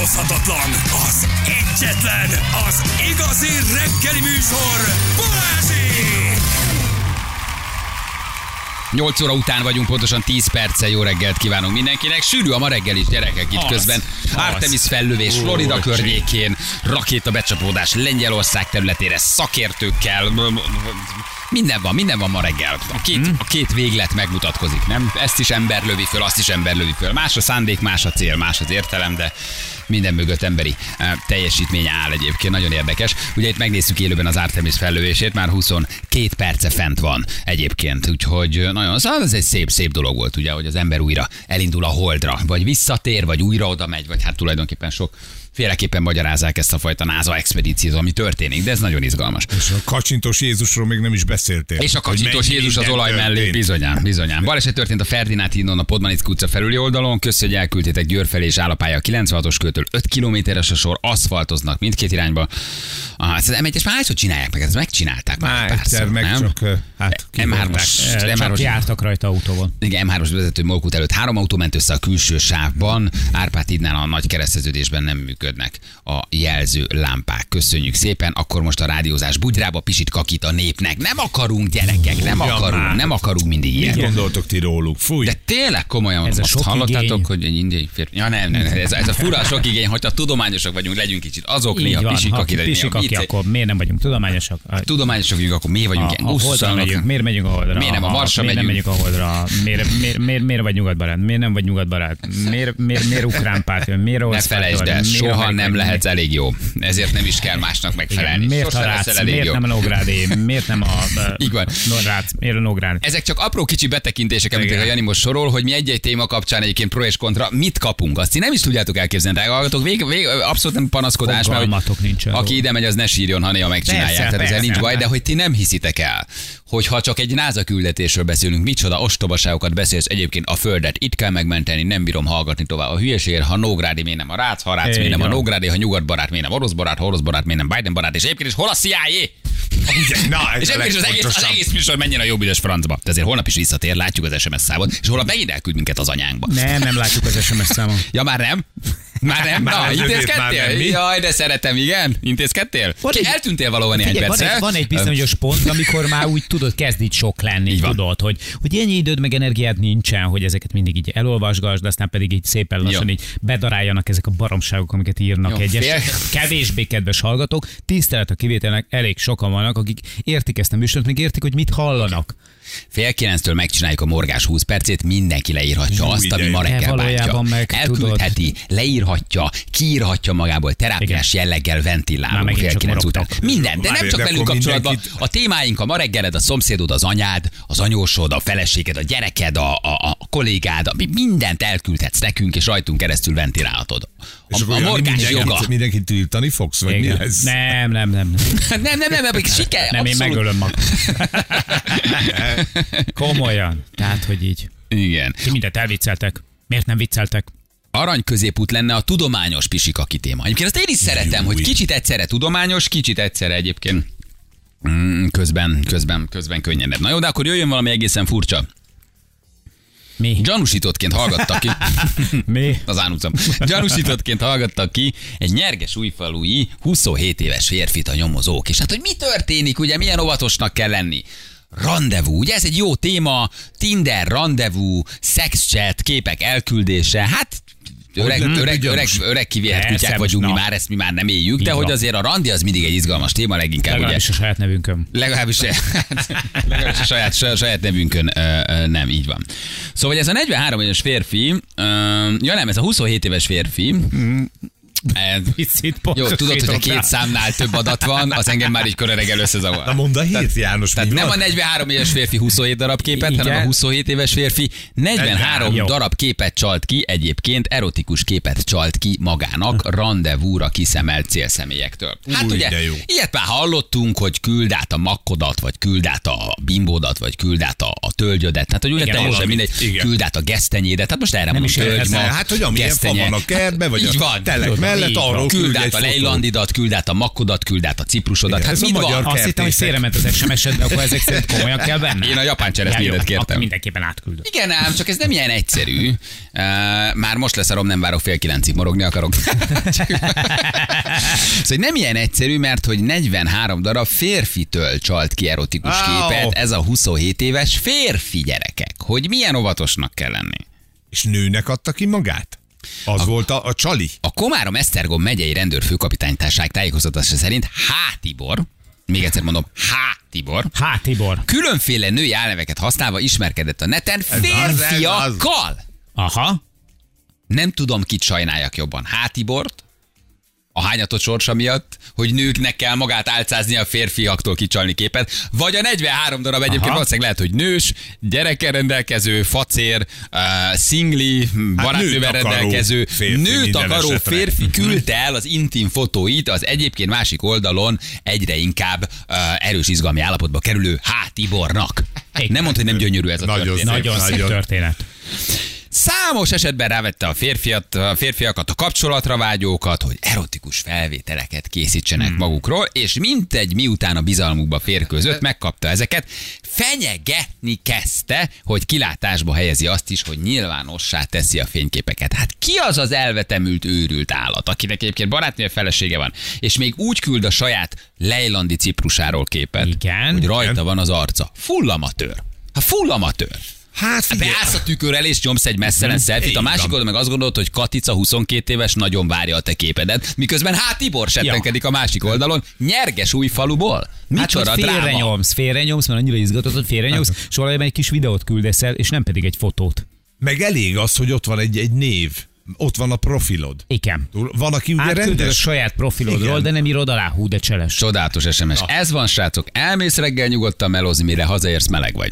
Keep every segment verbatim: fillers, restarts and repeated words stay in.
utánozhatatlan, az egyetlen, az igazi reggeli műsor, Balázsék! nyolc óra után vagyunk, pontosan tíz perccel. Jó reggelt kívánunk mindenkinek. Sűrű a ma reggel is, gyerekek, itt az, közben. Az. Artemis fellövés Florida oh, környékén, rakéta becsapódás Lengyelország területére, szakértőkkel. Minden van, minden van ma reggel. A két, hmm. a két véglet megmutatkozik, nem? Ezt is ember lövi föl, azt is ember lövi föl. Más a szándék, más a cél, más az értelem, de minden mögött emberi uh, teljesítmény áll egyébként. Nagyon érdekes. Ugye itt megnézzük élőben az Artemis fellövését, már huszonkét perce fent van egyébként. Úgyhogy nagyon, szóval ez egy szép-szép dolog volt, ugye, hogy az ember újra elindul a Holdra, vagy visszatér, vagy újra oda megy, vagy hát tulajdonképpen sok féleképpen magyarázzák ezt a fajta NASA expedíciót, ami történik, de ez nagyon izgalmas. És a kacsintos Jézusról még nem is beszéltél. És a kacsintos Jézus az olaj mellé, bizonyán, bizonyán. Baleset történt a Ferdinánd hídon a Podmanický utca felüli oldalon, köszönjük, hogy elküldtétek Győr felé és állapálya a kilencvenhatos körtől öt kilométeres a sor, aszfaltoznak mindkét irányba. Ah, ezt az em egyes már hányszor csinálják meg, ezt megcsinálták már párszor, meg nem? Csak, hát em hármas, csak jártak rajta autóval. Igen, em hármas vezető Molkút előtt három autó ment össze a külső sávban, Árpád hídnál a nagy kereszteződésben nem működnek a jelző lámpák. Köszönjük szépen, akkor most a rádiózás bugyrába pisit kakít a népnek. Nem akarunk, gyerekek, nem akarunk, nem akarunk mindig ilyen. Mit gondoltok ti róluk? Fúj. De tényleg komolyan mondom, azt hallottátok, hogy egy indiai férfi. Ja nem, nem, ez, ez a fura sok igény, hogyha tudományosak vagyunk, legyünk kicsit azok, néha pisik kakít. Pisik aki, akkor miért nem vagyunk tudományosak? Tudományosak vagyunk, akkor miért vagyunk ilyen gusztusalanok? Miért megyünk a Holdra? Miért nem a Marsra megyünk? Miért nem megyünk a Holdra? Miért vagy nyugatbarát? Miért nem vagy nyugatbarát? Miért ukrán párt? Miért ne felejtsd el, soha nem lehetsz elég jó. Ezért nem is kell másnak megfelelni. Igen, miért a Rácz, miért jó. Nem a Nógrádi, miért nem a Rácz, miért a Nógrádi? Ezek csak apró kicsi betekintések, amit a Jani most sorol, hogy mi egy-egy téma kapcsán egyébként pro és kontra mit kapunk. Azt ti nem is tudjátok elképzelni, drága hallgatók. Vég, vég, abszolút nem panaszkodás, mert nincsen, aki ide megy, az ne sírjon, ha néha megcsinálják. Persze, Tehát ezzel nincs baj, persze. de hogy ti nem hiszitek el, hogy ha csak egy NASA küldetésről beszélünk, micsoda ostobaságokat beszélsz, egyébként a Földet itt kell megmenteni, nem bírom hallgatni tovább a hülyeségért, ha Nógrádi, miért nem a Rácz, ha Rácz, miért nem a Nógrádi, ha nyugatbarát, miért nem orosz barát, ha orosz barát, miért nem Biden barát, és egyébként is hol a C I A? Na, és egyébként az egész, az egész műsor menjen a jó büdös francba. De azért holnap is visszatér, látjuk az es em es számot, és holnap megint elküld minket az anyánkba. Nem, nem látjuk az es em es számot. Ja, már nem? Már nem? Már Na, nem, intézkedtél? nem, Jaj, de szeretem, igen. Intézkedtél? Ki eltűntél valahol néhány percre? Van egy, van egy bizonyos pont, amikor már úgy tudod, kezd így sok lenni, így tudod, hogy, hogy ennyi időd meg energiád nincsen, hogy ezeket mindig így elolvasgass, de aztán pedig így szépen lassan jó. Így bedaráljanak ezek a baromságok, amiket írnak jó, egyes fél... kevésbé kedves hallgatók. Tisztelet a kivételnek, elég sokan vannak, akik értik ezt a műsort, még értik, hogy mit hallanak. Fél kilenctől megcsináljuk a morgás húsz percét, mindenki leírhatja Hú, azt, ami ma reggel bántja. Elküldheti, leírhatja, kiírhatja magából, terápiás igen. jelleggel ventilálunk fél kilenc után. Minden, de nem csak velünk kapcsolatban. Mindenkit... A témáink a ma reggeled, a szomszédod, az anyád, az anyósod, a feleséged, a gyereked, a, a, a kollégád, a, mindent elküldhetsz nekünk, és rajtunk keresztül ventilálhatod. A, a morgás joga. Mindenkit tiltani fogsz, vagy igen. mi lesz? Nem, nem, nem. nem, nem, nem, nem, siker. Nem, én megölöm magam. Komolyan. Tehát, hogy így. Igen. Ti mindent elvicceltek. Miért nem vicceltek? Arany középút lenne a tudományos pisikaki téma. Egyébként azt én is szeretem, hogy kicsit egyszerre tudományos, kicsit egyszerre egyébként mm, közben, közben, közben könnyedebb. Na jó, de akkor jöjjön valami egészen furcsa. Mi? Gyanúsítottként hallgattak ki. Mi? Az ánucom. Gyanúsítottként hallgattak ki egy Nyerges-Újfalui huszonhét éves férfit a nyomozók. És hát, hogy mi történik, ugye, milyen óvatosnak kell lenni. Randevú, ugye ez egy jó téma, Tinder, randevú, szexchat, képek elküldése, hát öreg, öreg, öreg, öreg, öreg kivéhet kutyák vagyunk mi már, ezt mi már nem éljük, de hogy azért a randi az mindig egy izgalmas téma, leginkább legalábbis ugye. a saját nevünkön. Legalábbis, legalábbis a saját, saját nevünkön ö, ö, nem, így van. Szóval ez a negyvenhárom éves férfi, ö, ja nem, ez a huszonhét éves férfi, mm. Jó, tudod, hogy a két számnál több adat van, az engem már így kora reggel összezavar. Na mondd a hét, János, tehát nem van? A negyvenhárom éves férfi huszonhét darab képet, igen. hanem a huszonhét éves férfi negyvenhárom Jó. darab képet csalt ki, egyébként erotikus képet csalt ki magának randevúra kiszemelt célszemélyektől. Hát Új, ugye, ilyet már hallottunk, hogy küld át a makkodat, vagy küld át a bimbódat, vagy küld át a, a tölgyödet. Tehát, hogy ugye igen, teljesen mindegy, küld át a gesztenyédet. Hát most erre mondom, tölgy, mag, hát, hogy amilyen fa van a kertbe, vagy a telek mellett arról Küld küld át egy a fotót. Lejlandidat, küld át a Makkodat, küld át a Ciprusodat. Igen, Hát ez a mit magyar van? Azt hittem, hogy félrement az es em es-ed, de akkor ezek szerint komolyan kell venni. Én a japán cseresznyédet Akkor kértem. mindenképpen átküldöm. Igen ám, csak ez nem ilyen egyszerű. Uh, már most lesz a rom, nem várok fél kilencig, morogni akarok. Szóval nem ilyen egyszerű, mert hogy negyvenhárom darab férfitől csalt ki erotikus Au. képet, ez a huszonhét éves férfi gyerekek. Hogy milyen óvatosnak kell lenni. És nőnek adta ki magát? Az a, volt a, a csali. A Komárom-Esztergom megyei rendőrfőkapitánytárság tájékoztatása szerint H. Tibor, még egyszer mondom, H. Tibor, Hát, Tibor. különféle női álneveket használva ismerkedett a neten az, ez férfiakkal. Aha. Nem tudom, kit sajnáljak jobban. H. Tibort, a hányatott sorsa miatt, hogy nőknek kell magát álcázni a férfiaktól kicsalni képet, vagy a negyvenhárom darab egyébként Aha. valószínűleg lehet, hogy nős, gyerekkel rendelkező, facér, uh, szingli, barátnővel nőt akaró rendelkező, férfi nőt minden akaró esetre. férfi küldte el az intim fotóit az egyébként másik oldalon egyre inkább uh, erős izgalmi állapotba kerülő H. Tibornak. Nem mondd, hogy nem gyönyörű ez a Nagyon történet. szép. Nagyon szép Nagyon. történet. Számos esetben rávette a, férfiat, a férfiakat, a kapcsolatra vágyókat, hogy erotikus felvételeket készítsenek hmm. magukról, és mintegy miután a bizalmukba férkőzött, megkapta ezeket, fenyegetni kezdte, hogy kilátásba helyezi azt is, hogy nyilvánossá teszi a fényképeket. Hát ki az az elvetemült őrült állat, akinek egyébként barátnője, felesége van, és még úgy küld a saját lejlandi Ciprusáról képet, Igen. hogy rajta van az arca. Full amatőr. Hát full amatőr. Hát figyelj, Beállsz a tükör elé, és nyomsz egy messzelen Mhm. szelfit, a Így másik van. oldalon meg azt gondolod, hogy Katica huszonkettő éves nagyon várja a te képedet, miközben hát Tibor settenkedik a másik oldalon, nyerges új faluból. Micsoda hát, dráma. félrenyomsz, félrenyomsz, mert annyira izgatott, hogy félrenyomsz, és valójában egy kis videót küldesz el, és nem pedig egy fotót. meg elég az, hogy ott van egy, egy név. Ott van a profilod. Igen. Van, aki ugye Átküldöd a rendes. saját profilodról, Igen. de nem írod alá, hú, de cseles. Csodálatos es em es. Ez van, srácok. Elmész reggel nyugodtan melozni, mire hazaérsz, meleg vagy.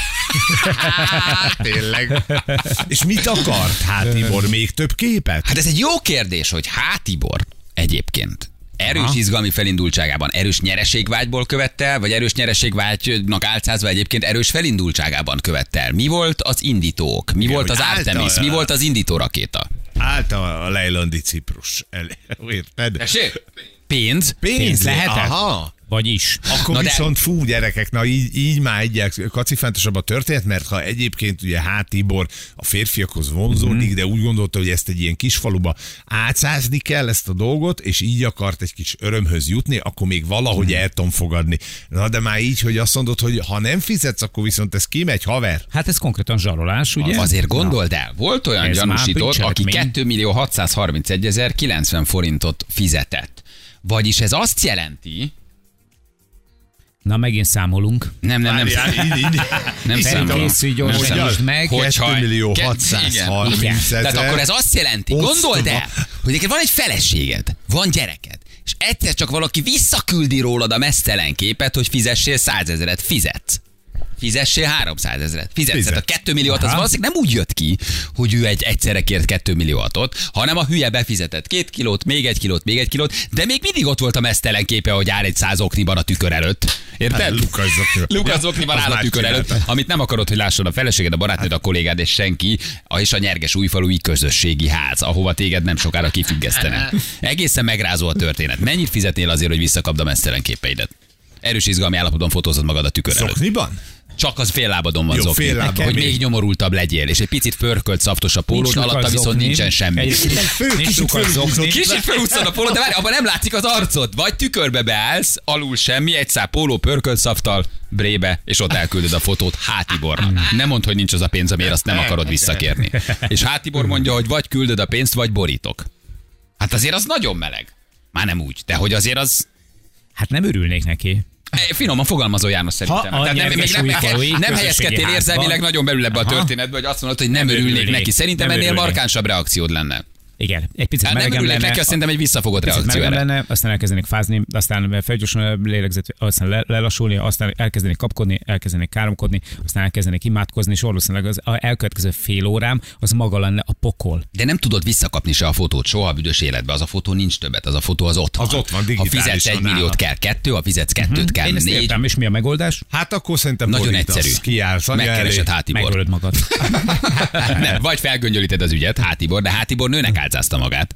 Tényleg. És mit akart hát Tibor? Még több képet? Hát ez egy jó kérdés, hogy hát Tibor egyébként erős Aha. izgalmi felindultságában erős nyereségvágyból követte el, vagy erős nyereségvágynak álcázva egyébként erős felindultságában követte el? Mi volt az indítók? Mi Igen, volt hogy az által- Artemis? Mi volt az indító rakéta? Állt a lejlandi Ciprus elé. Érted? Tessék? Pénz? Pénz lehetett? Aha. Vagyis. Akkor Na de- viszont fú, gyerekek, na így, így már egyel kacifántosabb a történet, mert ha egyébként ugye H. Tibor a férfiakhoz vonzódik, mm-hmm. de úgy gondolta, hogy ezt egy ilyen kis faluba átszázni kell ezt a dolgot, és így akart egy kis örömhöz jutni, akkor még valahogy mm. el tudom fogadni. Na de már így, hogy azt mondod, hogy ha nem fizetsz, akkor viszont ez kimegy, haver. Hát ez konkrétan zsarolás, ugye? Azért gondold el, volt olyan Ez gyanúsított, már aki bűncselekmény. két millió hatszázharmincegy ezer kilencven forintot fizetett. Vagyis ez azt jelenti, Na, megint számolunk. nem, nem, nem, Várjál, így, így. nem Így számolom. Készülj, Nem gyorsan, számolom. nyisd meg. Hogyha- kettő millió ke- hatszázharminc igen. ezer. Tehát akkor ez azt jelenti, Osztva. gondold el, hogy neked van egy feleséged, van gyereked, és egyszer csak valaki visszaküldi rólad a mesztelen képet, hogy fizessél százezeret, fizetsz. Fizessél háromszázezeret. Fizetsz. Fizet. Tehát a kettő milliót az Aha. valószínűleg nem úgy jött ki, hogy ő egy egyszerre kért kettő milliót, hanem a hülye befizetett két kilót, még egy kilót, még egy kilót, de még mindig ott volt a mesztelen képe, hogy áll egy száz okniban a tükör előtt. Érted? Hát, Lukas zokniban. Lukas Zokniban Az áll a már tükör csinálta. előtt, amit nem akarod, hogy lássad a feleséged, a barátnőd, a kollégád és senki, és a nyerges újfalui közösségi ház, ahova téged nem sokára kifüggesztenek. Egészen megrázó a történet. Mennyit fizetnél azért, hogy visszakapd a mesztelen képeidet? Erős izgalmi állapotban fotózod magad a tükör előtt. Szokniban? Csak az fél lábadon van Jó, zokni, fél lábon hogy még. még nyomorultabb legyél, és egy picit pörkölt szaftos a pólód, Nincs alatta lukas viszont zokni. nincsen semmi. Egy- Fő, Nincs kicsit lukas fölhúzod. zokni. Kicsit felhúzod a pólót, de várj, abban nem látszik az arcod. Vagy tükörbe beállsz, alul semmi, egy szál póló pörkölt szaftal, brébe, és ott elküldöd a fotót H. Tibornak. Nem mondd, hogy nincs az a pénz, amiért azt nem akarod visszakérni. És H. Tibor mondja, hogy vagy küldöd a pénzt, vagy borítok. Hát azért az nagyon meleg. Már nem úgy, de hogy azért az... Hát nem örülnék neki. Finoman fogalmazó János szerintem. Ha a Tehát nem, nyerges még nem, újfalui nem, nem közösségi helyezkedtél házban. érzelmileg nagyon belül ebbe a Aha. történetbe, hogy azt mondod, hogy nem, Nem örülnék, örülnék. neki. Szerintem Nem ennél örülnék. markánsabb reakciód lenne. Igen, egy picit Hát nem melegem örülnék lenne. neki, azt szerintem egy visszafogott Picit reakció melegem erre. lenne, aztán elkezdenék fázni, aztán felgyorsan lélegzet, aztán le- lelassulni, aztán elkezdenék kapkodni, elkezdenék káromkodni, aztán elkezdenék imádkozni, és valószínűleg az a elkövetkező fél órám az maga lenne a pokol. De nem tudod visszakapni se a fotót soha a büdös életbe. Az a fotó nincs többet, az a fotó az ott van. Az ott van, Ha digitálisan fizetsz egy nála. milliót, kell kettő, ha fizetsz kettőt, kell Én ezt négy. értem, és mi a megoldás? Hát akkor szerintem Nagyon borítasz, egyszerű. Kiállsz anya elé. Megkeresed H. Tibor. Megölöd magad. Nem, vagy felgöngyölíted az ügyet, H. Tibor, de H. Tibor nőnek álcázta magát.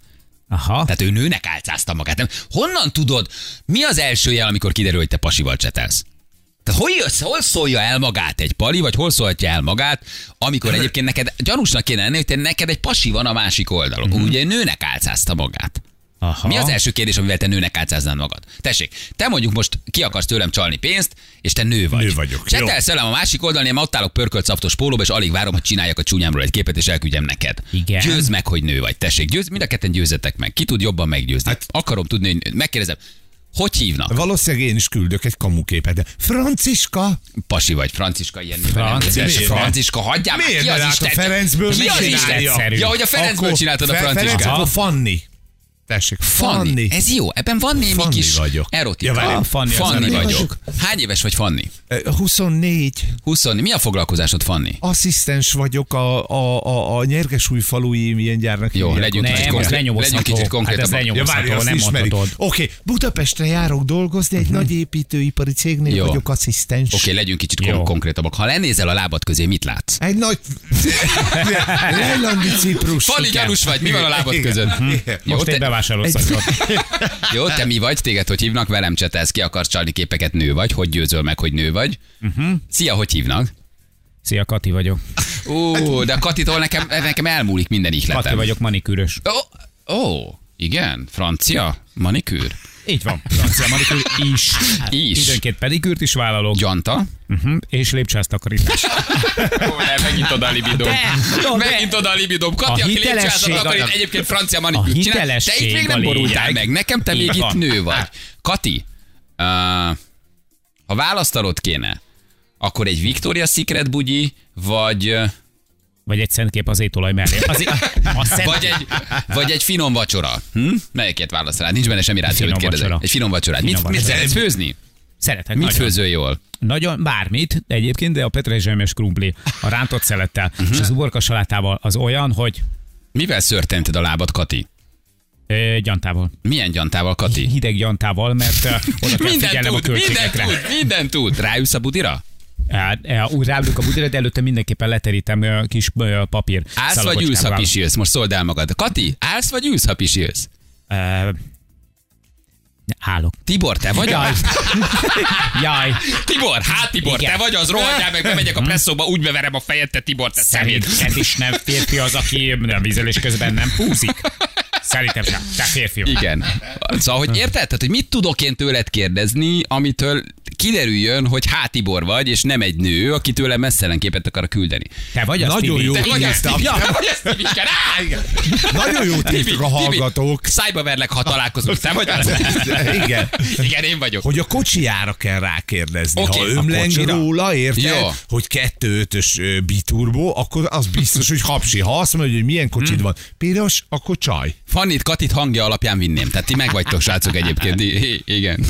Aha. Tehát ő nőnek álcázta magát. Nem? Honnan tudod, mi az első jel, amikor kiderül, hogy te pasival csetelsz? Tehát hol, jössz, hol szólja el magát egy pali, vagy hol szólhatja el magát, amikor egyébként neked gyanúsnak kéne lenni, hogy te neked egy pasi van a másik oldalon. Mm-hmm. Ugye nőnek álcázta magát. Aha. Mi az első kérdés, amivel te nőnek álcáznád magad? Tessék, te mondjuk most ki akarsz tőlem csalni pénzt, és te nő vagy. Nő vagyok. Csetelsz velem a másik oldalon, én ott állok pörkölt szaftos pólóba, és alig várom, hogy csináljak a csúnyámról egy képet, és elküldjem neked. Igen. Győzd meg, hogy nő vagy. Tessék, győzd, mind a ketten győzzetek meg. Ki tud jobban meggyőzni? Hát, akarom tudni, hogy megkérdezem, hogy hívnak? Valószínűleg én is küldök egy kamuképet, de Franciska. Pasi vagy, Franciska ilyen Francis, Franciska, hagyjál már, Miért ki ne az lát Isten? a Ferencből? Ki az Isten? Ja, hogy a Ferencből Akkor csináltad a Fe- Franciskát. Ferenc, akkor Fanni. Tessék, Fanni. Fanni. Ez jó, ebben van némi Fanni kis vagyok. erotika. Ja, várj, Fanni az Fanni erotika. vagyok. Hány éves vagy, Fanni? huszonnégy. húsz. Mi a foglalkozásod, Fanni? Asszisztens vagyok a, a, a, a Nyergesújfalui milyen gyárnak. Jó, hívják. legyünk Nem, kicsit ez konkrét- lenyomozható. legyünk kicsit Hát ez konkrétabbak. Ja, várj, lenyomozható, azt nem ismerik. mondhatod. Oké, Budapestre járok dolgozni, egy nagy építőipari cégnél Jó. vagyok asszisztens. Oké, legyünk kicsit Jó. kon- konkrétabbak. Ha lenézel a lábad közé, mit látsz? Egy nagy lejlandi ciprus. Fanni, Igen. gyanús vagy, mi van a lábad Igen. között? Hm? Igen. Jó, Most egy te, bevásárlószakot. jó, te mi vagy? Téged hogy hívnak? Velem csetelsz, ki akarsz csalni képeket, nő vagy? Hogy győzöl meg, hogy nő vagy? Uh-huh. Szia, hogy hívnak? Szia, Kati vagyok. Ó, de a Katitól nekem, nekem elmúlik minden ihletem. Kati vagyok, manikűrös. Ó, ó, igen, francia, manikűr. Így van, francia manikűr is. Is. Időnként pedikűrt is vállalok. Gyanta. Uh-huh. És lépcsőháztakarítás. Ó, nem, megint oda a libidom. jó, de- Megint oda a libidom. Kati, A aki hitelesség lépcsőházat akarít, a- egyébként francia a manikűrt csinál. Te hitelesség itt még a nem borultál lényeg. meg. Nekem te Így még van. itt nő vagy. Hát. Kati, uh, ha választanod kéne, akkor egy Victoria's Secret bugyi, vagy... uh, Vagy egy szentkép az étolaj mellé. Az, a szent... Vagy egy, vagy egy finom vacsora. Hm? Melyiket választanád? Nincs benne semmi ráció, hogy Finom kérdezek. vacsora. Egy finom vacsorát. Finom Mit, mit vacsora. szeretsz főzni? Szeretek Mit nagyon. főzöl jól? Nagyon, bármit egyébként, de a petrezselymes krumpli, a rántott szelettel, Mhm. és az uborka salátával az olyan, hogy Mivel szörtented a lábad, Kati? ö, gyantával. Milyen gyantával, Kati? Hideg gyantával, mert ö, oda kell Minden figyelnem a tud, minden költségekre. tud, minden tud. Ráülsz a budira? Hát, eh, úgy ráülök a budira, de előtte mindenképpen leterítem ö, kis ö, papír. Állsz vagy ülsz, ha pisilsz? Most szóld el magad. Kati, állsz vagy ülsz, ha pisilsz? Ö, állok. Tibor, te vagy Jaj. az? Jaj. Tibor, hát Tibor, Igen. te vagy az, rohadjál meg, bemegyek a presszóba, úgy beverem a fejed, te Tibor, te szemét. Szerinted is nem férfi az, aki nem vízelés közben nem púzik? Szerintem sem. Te férfi vagy. Igen. Szóval, hogy érted? Tehát, hogy mit tudok én tőled kérdezni, amitől kiderüljön, hogy hát Tibor vagy, és nem egy nő, aki tőlem messzelen képet akar küldeni. Te vagy az, Nagyon Tibi? jó. Te vagy Igen, az, te- Tibi, te vagy az, Tibicske, rá! Nagyon jó Tibi, tévük a hallgatók. Tibi, szájba verlek, ha találkozunk. Te vagy az? Igen. Igen, én vagyok. Hogy a kocsijára kell rákérdezni. Oké, Ha a ömleng kocsira. róla, érted, Jó. hogy kettő ötös ö, biturbo, akkor az biztos, hogy hapsi. Ha azt mondja, hogy milyen kocsid van, piros, akkor csaj. Fannit, Katit hangja alapján vinném. Tehát ti megvagytok, srácok, egyébként. I- i- igen.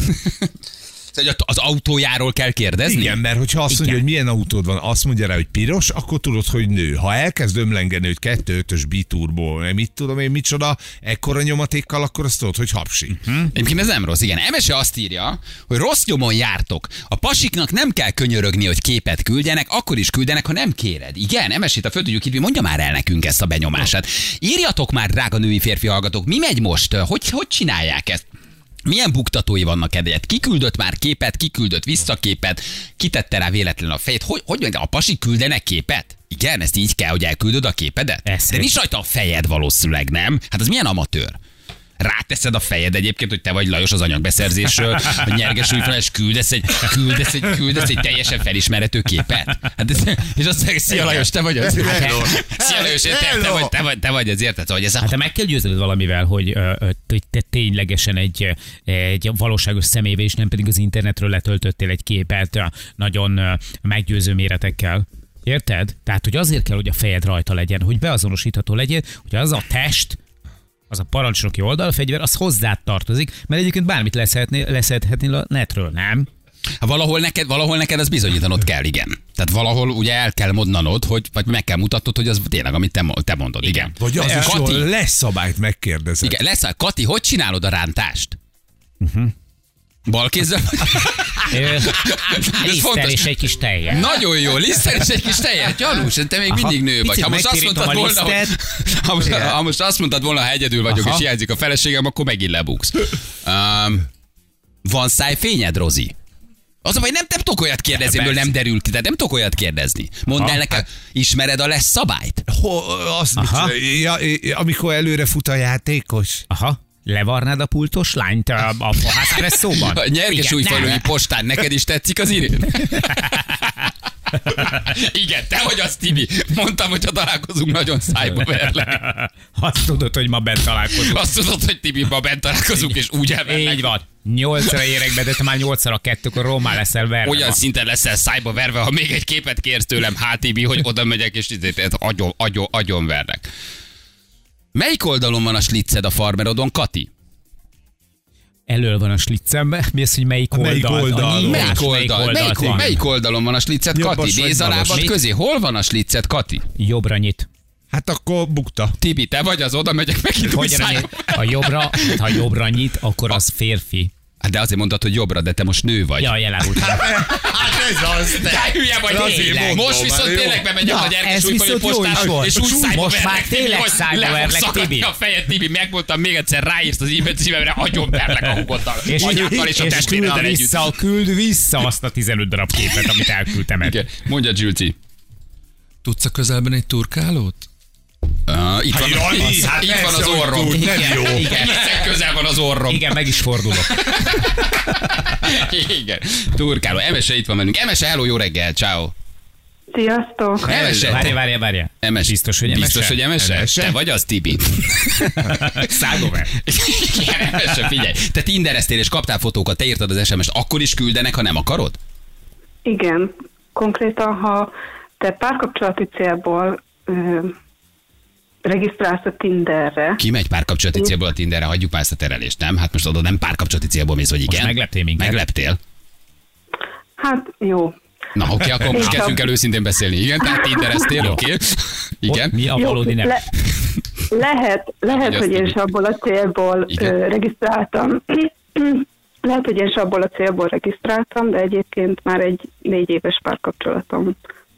Szóval az autójáról kell kérdezni? Igen, mert hogyha azt mondja, Igen. hogy milyen autód van, azt mondja rá, hogy piros, akkor tudod, hogy nő. Ha elkezd ömlengeni, hogy kettő ötös biturbo, nem mit tudom én micsoda, ekkora nyomatékkal, akkor azt tudod, hogy hapsi. Hm? Egyébként ez nem rossz, igen. Emese azt írja, hogy rossz nyomon jártok. A pasiknak nem kell könyörögni, hogy képet küldjenek, akkor is küldenek, ha nem kéred. Igen, Emesét a föl tudjuk hívni, mondja már el nekünk ezt a benyomását. Írjatok már, drága női férfi hallgatók, mi megy most? Hogy, hogy csinálják ezt? Milyen buktatói vannak edegyet? Ki küldött már képet, ki küldött visszaképet, kitette rá véletlenül a fejét? Hogy, hogy mondja, a pasik küldenek képet? Igen, ezt így kell, hogy elküldöd a képedet? Ez De nincs rajta a fejed valószínűleg, nem? Hát az milyen amatőr? Ráteszed a fejed egyébként, hogy te vagy Lajos az anyagbeszerzésről, hogy nyerges újfele, és küldesz egy, küldesz, egy, küldesz egy teljesen felismerhető képet. Hát ez, és azt mondja, szia Lajos, te vagy az. Szia Lajos, te, te, vagy, te, vagy, te vagy az, érted? Hogy ez a... Hát te meg kell győznöd valamivel, hogy, ö, ö, hogy te ténylegesen egy, egy valóságos személyvé, és nem pedig az internetről letöltöttél egy képet ö, nagyon ö, meggyőző méretekkel. Érted? Tehát, hogy azért kell, hogy a fejed rajta legyen, hogy beazonosítható legyen, hogy az a test, az a parancsnoki oldalfegyver, az hozzád tartozik, mert egyébként bármit leszedhetnél, leszedhetnél a netről, nem? Ha valahol neked, valahol neked az bizonyítanod kell, igen. Tehát valahol ugye el kell mondanod, hogy, vagy meg kell mutatnod, hogy az tényleg, amit te, mo- te mondod, igen. Vagy az is Kati, jól lesz szabályt megkérdezed. igen, lesz, Kati, hogy csinálod a rántást? Bal kézzel? Liszter és egy kis tejjel. Nagyon jó, liszter és egy kis tejjel. Gyanús, te még mindig nő vagy. Ha most azt mondtad volna, hogy, ha, most, ha most azt mondtad volna, ha egyedül vagyok, aha, és hiányzik a feleségem, akkor megint lebuksz. Um, van szájfényed, Rozi? Az a baj, nem, nem tudok olyat kérdezni, ebből nem derül ki, de nem tudok olyat kérdezni. Mondd el nekem, ismered a lesz szabályt? Ho, azt ja, amikor előre fut a játékos. Aha. Levarnád a pultos lányt a, a, a házpresszóban? A nyerges újfajlói postán neked is tetszik az Irén? Igen, te vagy az, Tibi. Mondtam, hogy ha találkozunk, nagyon szájba verlek. Azt tudod, hogy ma bent találkozunk. Azt tudod, hogy Tibi, ma bent találkozunk, és úgy elverlek. Így van. Nyolcra érek be, de te már nyolcra kettőkor rommá leszel verve. Olyan szinten leszel szájba verve, ha még egy képet kérsz tőlem, hát Tibi, hogy oda megyek, és izét, agyon, agyon, agyon verlek. Melyik oldalon van a slicced a farmerodon, Kati? Elől van a sliccemben. Mi az, hogy melyik oldal? Melyik oldal? Melyik oldal? Melyik, melyik, melyik oldalon van a slicced, Kati? Nézz a lábad közé. Hol van a slicced, Kati? Jobbra nyit. Hát akkor bukta. Tibi, te vagy az, oda megyek megint új szájba. Ha jobbra, ha jobbra nyit, akkor az férfi. De azért mondtad, hogy jobbra, de te most nő vagy. Ja, elárultam. Hát ez az, te. De hülye vagy, most viszont tényleg bemegy a gyerkes újfajlói postán, és úgy szájba most verlek, már tényleg szájba verlek, Tibi. a fejed, Tibi, megmondtam még egyszer, ráírsz az e-mail címemre, agyon verlek a hugoddal, anyákkal és a testvéreddel együtt. Vissza, küld vissza azt a tizenöt darab képet, amit elküldtem el. Igen. Mondja, Gyülci. Tudsz a közelben egy turkálót? Uh, itt van, Jaj, itt, hát itt van az orrom. Túl, nem jó. Igen, igen. Közel van az orrom. Igen, meg is fordulok. Igen. Turkáló. Emese itt van velünk. Emese, hello, jó reggel, ciao. Sziasztok! Emese. Várja, várja, várja. Emese. Biztos, hogy Emese? Biztos, hogy Emese? Emese? Te vagy az, Tibi. Szágover. Igen, Emese, figyelj. Te tindereztél és kaptál fotókat, te írtad az es em est, akkor is küldenek, ha nem akarod? Igen, konkrétan, ha te párkapcsolati célból ö, regisztrálsz a Tinderre. Ki megy párkapcsolati célból a Tinderre? Hagyjuk már ezt a terelést, nem? Hát most oda nem párkapcsolati célból mész, vagy igen? Most megleptél minket. Megleptél? Hát jó. Na oké, akkor most És kezdjünk a- el őszintén beszélni. Igen, tehát Tindereztél, oké. Igen. Mi a Jó, valódi nem? le, lehet, lehet, Hogy hogy azt én is tudjuk. abból a célból Igen. ö, regisztráltam. Lehet, hogy én is abból a célból regisztráltam, de egyébként már egy négy éves párkapcsolatom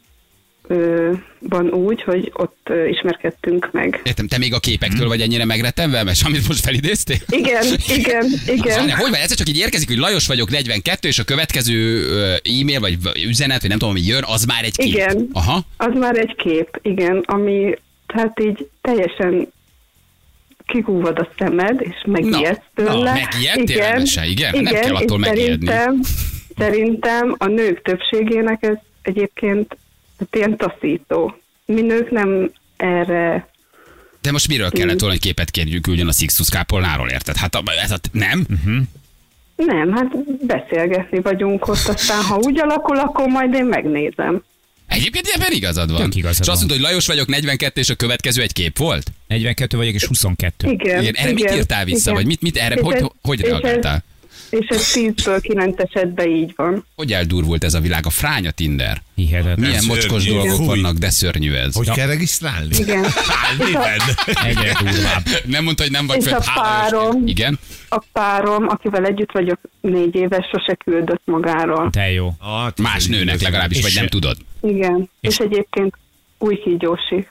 ö, van úgy, hogy ott ö, ismerkedtünk meg. Értem, te még a képektől vagy ennyire megrettenve, mert amit most felidéztél? Igen, igen, igen. Zsanya, hogy van? Egyszer csak így érkezik, hogy Lajos vagyok negyvenkettő, és a következő ö, e-mail, vagy üzenet, vagy nem tudom, ami jön, az már egy kép. Igen. Aha. Az már egy kép, igen, ami tehát így teljesen kigúvad a szemed, és megijedsz Na, tőle. na, megijedtél, Emese? Igen? Nem kell attól és megijedni. Szerintem, szerintem a nők többségének ez egyébként hát ilyen taszító. Mi nők nem erre... De most miről kellett volna, hogy képet kérjük, küldjön a Sixtus kápolnáról, érted? Hát a, ez a, nem? Uh-huh. Nem, hát beszélgetni vagyunk ott, aztán ha úgy alakul, akkor majd én megnézem. Egyébként ebben igazad van. Tök igazad és azt van. mondta, hogy Lajos vagyok negyvenkettő, és a következő egy kép volt? negyvenkettő vagyok és huszonkettő. Igen. Igen, erre mit igen, írtál vissza, igen. vagy mit, mit erre, És hogy, ez- hogy és ez- reagáltál? És ez tízből kilenc esetben így van. Hogy eldurvult ez a világ? A fránya Tinder. Hihetetlen. Milyen szörnyű. mocskos dolgok Fúj. vannak, de szörnyű ez. Hogy kell regisztrálni? Igen. Miben? Egyre durvább. Nem mondta, hogy nem vagy És fent. a Hála Jóisten. párom- Igen? A párom, akivel együtt vagyok négy éves, sose küldött magáról. De jó. Ah, Más nőnek legalábbis, És- vagy nem tudod. Igen. És- És, egyébként új kígyósi.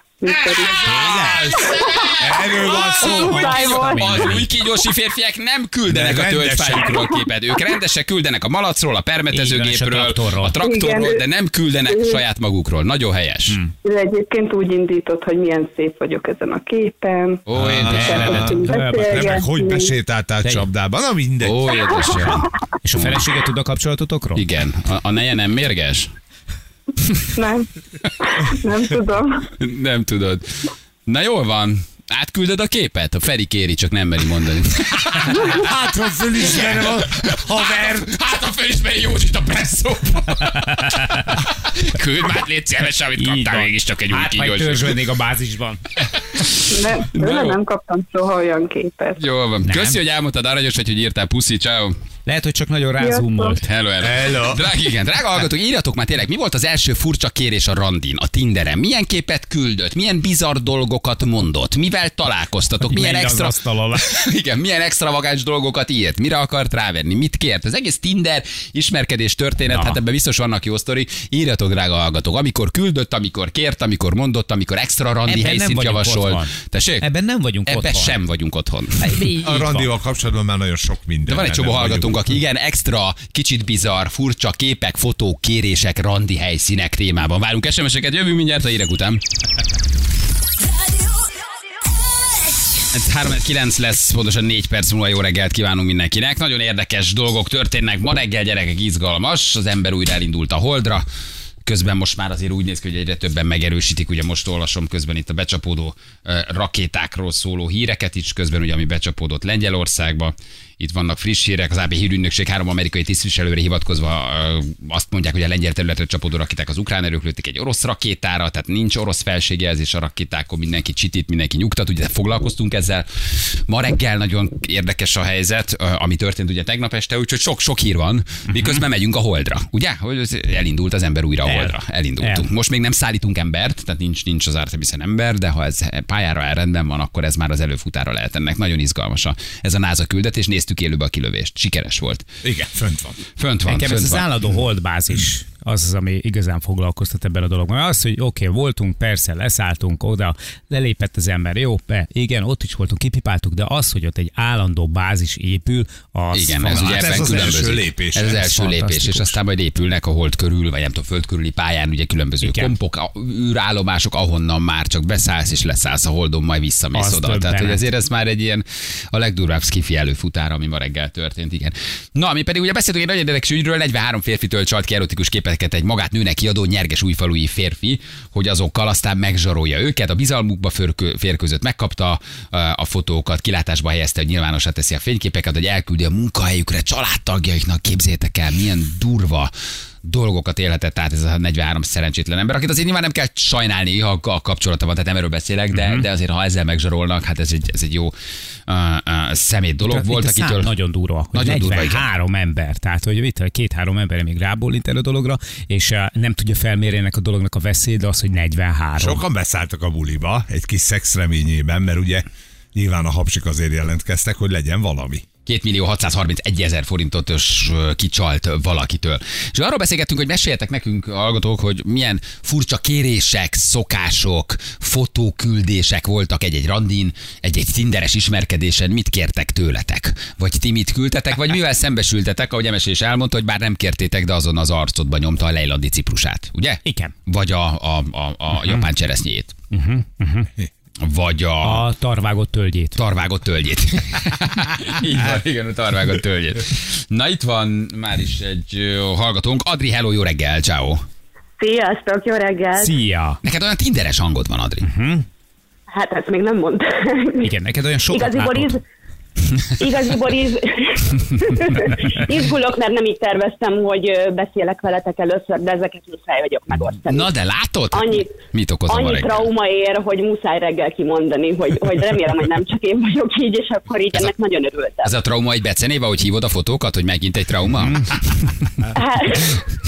Erről van szó. Muszáj volt. Az új kígyósi férfiak nem küldenek De a rendesek. tölgyfájukról képet. Ők rendesek küldenek a malacról, a permetezőgépről, Így van, és a traktorról. a traktorról, Igen. de nem küldenek saját magukról. Nagyon helyes. Hmm. Ő egyébként úgy indított, hogy milyen szép vagyok ezen a képen. Ó, És édesem. elkezdtünk Nem, meg hogy beszélgetni. besétáltál Te- csapdába. Na mindegy. Ó, édesem. És a felesége tud a kapcsolatotokról? Igen. A, a neje nem mérges? Nem. Nem tudom. Nem tudod. Na jól van. Átküldöd a képet? A Feri kéri, csak nem meri mondani. Hát, ha fölismerem a haver. Hát a felismeri Józsit a presszó. Küld már, légy szíves, amit Így kaptál van. mégiscsak egy új Hát majd kígyós. törzsölnék a bázisban. Nem, Na tőle jó. nem kaptam soha olyan képet. Jól van. Nem. Köszi, hogy elmondtad, aranyos vagy, hogy írtál. Puszi, ciao. Lehet, hogy csak nagyon rázumolt. Hello, hello. Hello. Drága, igen, drága hallgatók, írjatok már tényleg, mi volt az első furcsa kérés a randin, a Tinderen? Milyen képet küldött? Milyen bizarr dolgokat mondott? Mivel találkoztatok? Milyen Menj az extra... asztal alá. Igen, milyen extravagáns dolgokat írt? Mire akart rávenni? Mit kért? Az egész Tinder ismerkedés történet, Na. hát ebben biztos vannak jó sztori. Írjatok, drága hallgatók, amikor küldött, amikor kért, amikor mondott, amikor extra randi Ebben nem helyszínt vagyunk javasol. otthon. Tessék? Ebben nem vagyunk Ebben otthon. sem vagyunk otthon. Így A van. randival kapcsolatban már nagyon sok minden. De van egy csomó hallgatónk, aki igen, extra, kicsit bizarr, furcsa képek, fotók, kérések, randi helyszínek témában. Várunk es em eseket, jövünk mindjárt a hírek után. Ez három kilenc lesz, pontosan négy perc múlva jó reggelt kívánunk mindenkinek. Nagyon érdekes dolgok történnek. Ma reggel, gyerekek, izgalmas. Az ember újra elindult a Holdra. Közben most már azért úgy néz ki, hogy egyre többen megerősítik, ugye most olvasom közben itt a becsapódó uh, rakétákról szóló híreket is, közben ugye ami becsapódott Lengyelországba. Itt vannak friss hírek, az á bé hírügynökség három amerikai tisztviselőre hivatkozva uh, azt mondják, hogy a lengyel területre csapódó rakéták az ukrán erők lőttek egy orosz rakétára, tehát nincs orosz felségjelzés a rakétákon, mindenki csitít, mindenki nyugtat, ugye foglalkoztunk ezzel. Ma reggel nagyon érdekes a helyzet, uh, ami történt ugye tegnap este, úgyhogy sok-sok hír van, miközben megyünk a Holdra, ugye? Hogy elindult az ember újra a Holdra. Elindultunk. El. Most még nem szállítunk embert, tehát nincs, nincs az Artemisen ember, de ha ez pályára elrendben van, akkor ez már az előfutára lehet ennek. Nagyon izgalmas a, ez a NASA küldetés, néztük élőbe a kilövést. Sikeres volt. Igen, fönt van. Fönt van, Nekem fönt ez az van. állandó holdbázis az az, ami igazán foglalkoztat ebben a dologban. Az, hogy oké, okay, voltunk, persze, leszálltunk oda, lelépett az ember, jó, be, igen, ott is voltunk, kipipáltuk, de az, hogy ott egy állandó bázis épül, az Igen, ez ugye Hát ez ebben az különbözik. első lépés. Ez az Ez első lépés, és fantasztikus. aztán majd épülnek a Hold körül, vagy nem tudom, föld körüli pályán, ugye különböző Igen. kompok, a- űrállomások, ahonnan már csak beszállsz és leszállsz a Holdon, majd visszamész Az oda. Tehát, döbbenet. hogy azért ez már egy ilyen a legdurvább skifi előfutár, ami ma reggel történt, igen. Na, mi pedig ugye beszéltünk egy nagyon érdekes ügyről, negyvenhárom férfitől csalt ki erotikus képeket egy magát nőnek kiadó nyerges újfalui férfi, hogy azokkal aztán megzsarolja őket, a bizalmukba férkő, férkőzött, megkapta a, a fotókat, kilátásba helyezte, hogy nyilvánossá teszi a fényképeket, hogy elküldi a munkahelyükre, családtagjaiknak, képzétek el, milyen durva dolgokat élhetett át ez a negyvenhárom szerencsétlen ember, akit azért nyilván nem kell sajnálni, ha a kapcsolata van, tehát nem erről beszélek, de, uh-huh. de azért, ha ezzel megzsarolnak, hát ez egy, ez egy jó uh, uh, szemét dolog Itt a- volt, itt a szám akitől... nagyon durva, hogy Nagyon durva, igen. negyvenhárom ember, tehát hogy itt két-három ember még rábólint erre a dologra, és uh, nem tudja felmérni ennek a dolognak a veszélyt, de az, hogy negyvenhárom. Sokan beszálltak a buliba egy kis szex reményében, mert ugye nyilván a hapsik azért jelentkeztek, hogy legyen valami. két millió hatszázharmincegy ezer forintot ös kicsalt valakitől. És arról beszélgettünk, hogy meséljetek nekünk, hallgatók, hogy milyen furcsa kérések, szokások, fotóküldések voltak egy-egy randin, egy-egy tinderes ismerkedésen, mit kértek tőletek? Vagy ti mit küldtetek, vagy mivel szembesültetek, ahogy Emese is elmondta, hogy bár nem kértétek, de azon az arcodba nyomta a lejlandi ciprusát, ugye? Igen. Vagy a, a, a, a uh-huh. japán cseresznyét. Uh-huh, uh-huh. Vagy a... A tarvágott tölgyét. Tarvágott tölgyét. Így van, igen, a tarvágott tölgyét. Na itt van már is egy ö, hallgatónk. Adri, hello, jó reggel, ciao. Sziasztok, jó reggelt! Szia! Neked olyan tinderes hangod van, Adri. Uh-huh. Hát ezt még nem mondtam. Igen, neked olyan sokat Igaziból látod. iz... Igaziból iz... izgulok, mert nem így terveztem, hogy ö, beszélek veletek először, de ezeket muszáj vagyok megosztani. Na de látod? Annyit, Mit okoz a ma annyi reggel? trauma ér, hogy muszáj reggel kimondani, hogy, hogy remélem, hogy nem csak én vagyok így, és akkor így Ez a- ennek nagyon örültem. Ez a trauma egy becenéve, hogy hívod a fotókat, hogy megint egy trauma? Hát,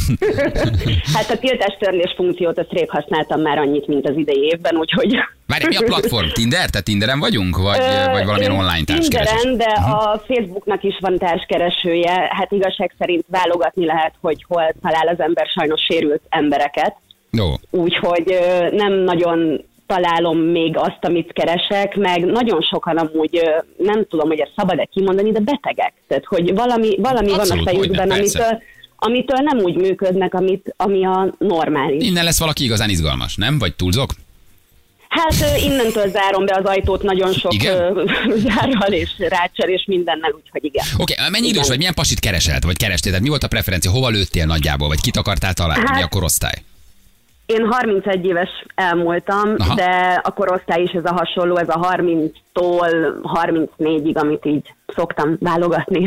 hát a tiltástörlés funkciót azt rég használtam már annyit, mint az idei évben, úgyhogy... Várj, mi a platform? Tinder? Tehát Tinderen vagyunk? Vagy, Ö, vagy valamilyen én online társkeresés? Tinderen, de a Facebooknak is van társkeresője. Hát igazság szerint válogatni lehet, hogy hol talál az ember sajnos sérült embereket. Jó. Úgyhogy ö, nem nagyon találom még azt, amit keresek, meg nagyon sokan amúgy, ö, nem tudom, hogy ezt szabad-e kimondani, de betegek. Tehát, hogy valami, valami van Abszolút, a fejükben, hogyne, persze. amitől, amitől nem úgy működnek, amit, ami a normális. Innen lesz valaki igazán izgalmas, nem? Vagy túlzok? Hát ö, innentől zárom be az ajtót nagyon sok Igen? ö, zárral és rácsal és mindennel, úgyhogy igen. Oké, okay, mennyi idős Igen. vagy? Milyen pasit keresel? Vagy kerestél? Tehát mi volt a preferencia? Hova lőttél nagyjából? Vagy kit akartál találni? Hát- Mi a korosztály? Én harmincegy éves elmúltam, Aha. de a korosztály is ez a hasonló, ez a harminctól harmincnégyig, amit így szoktam válogatni.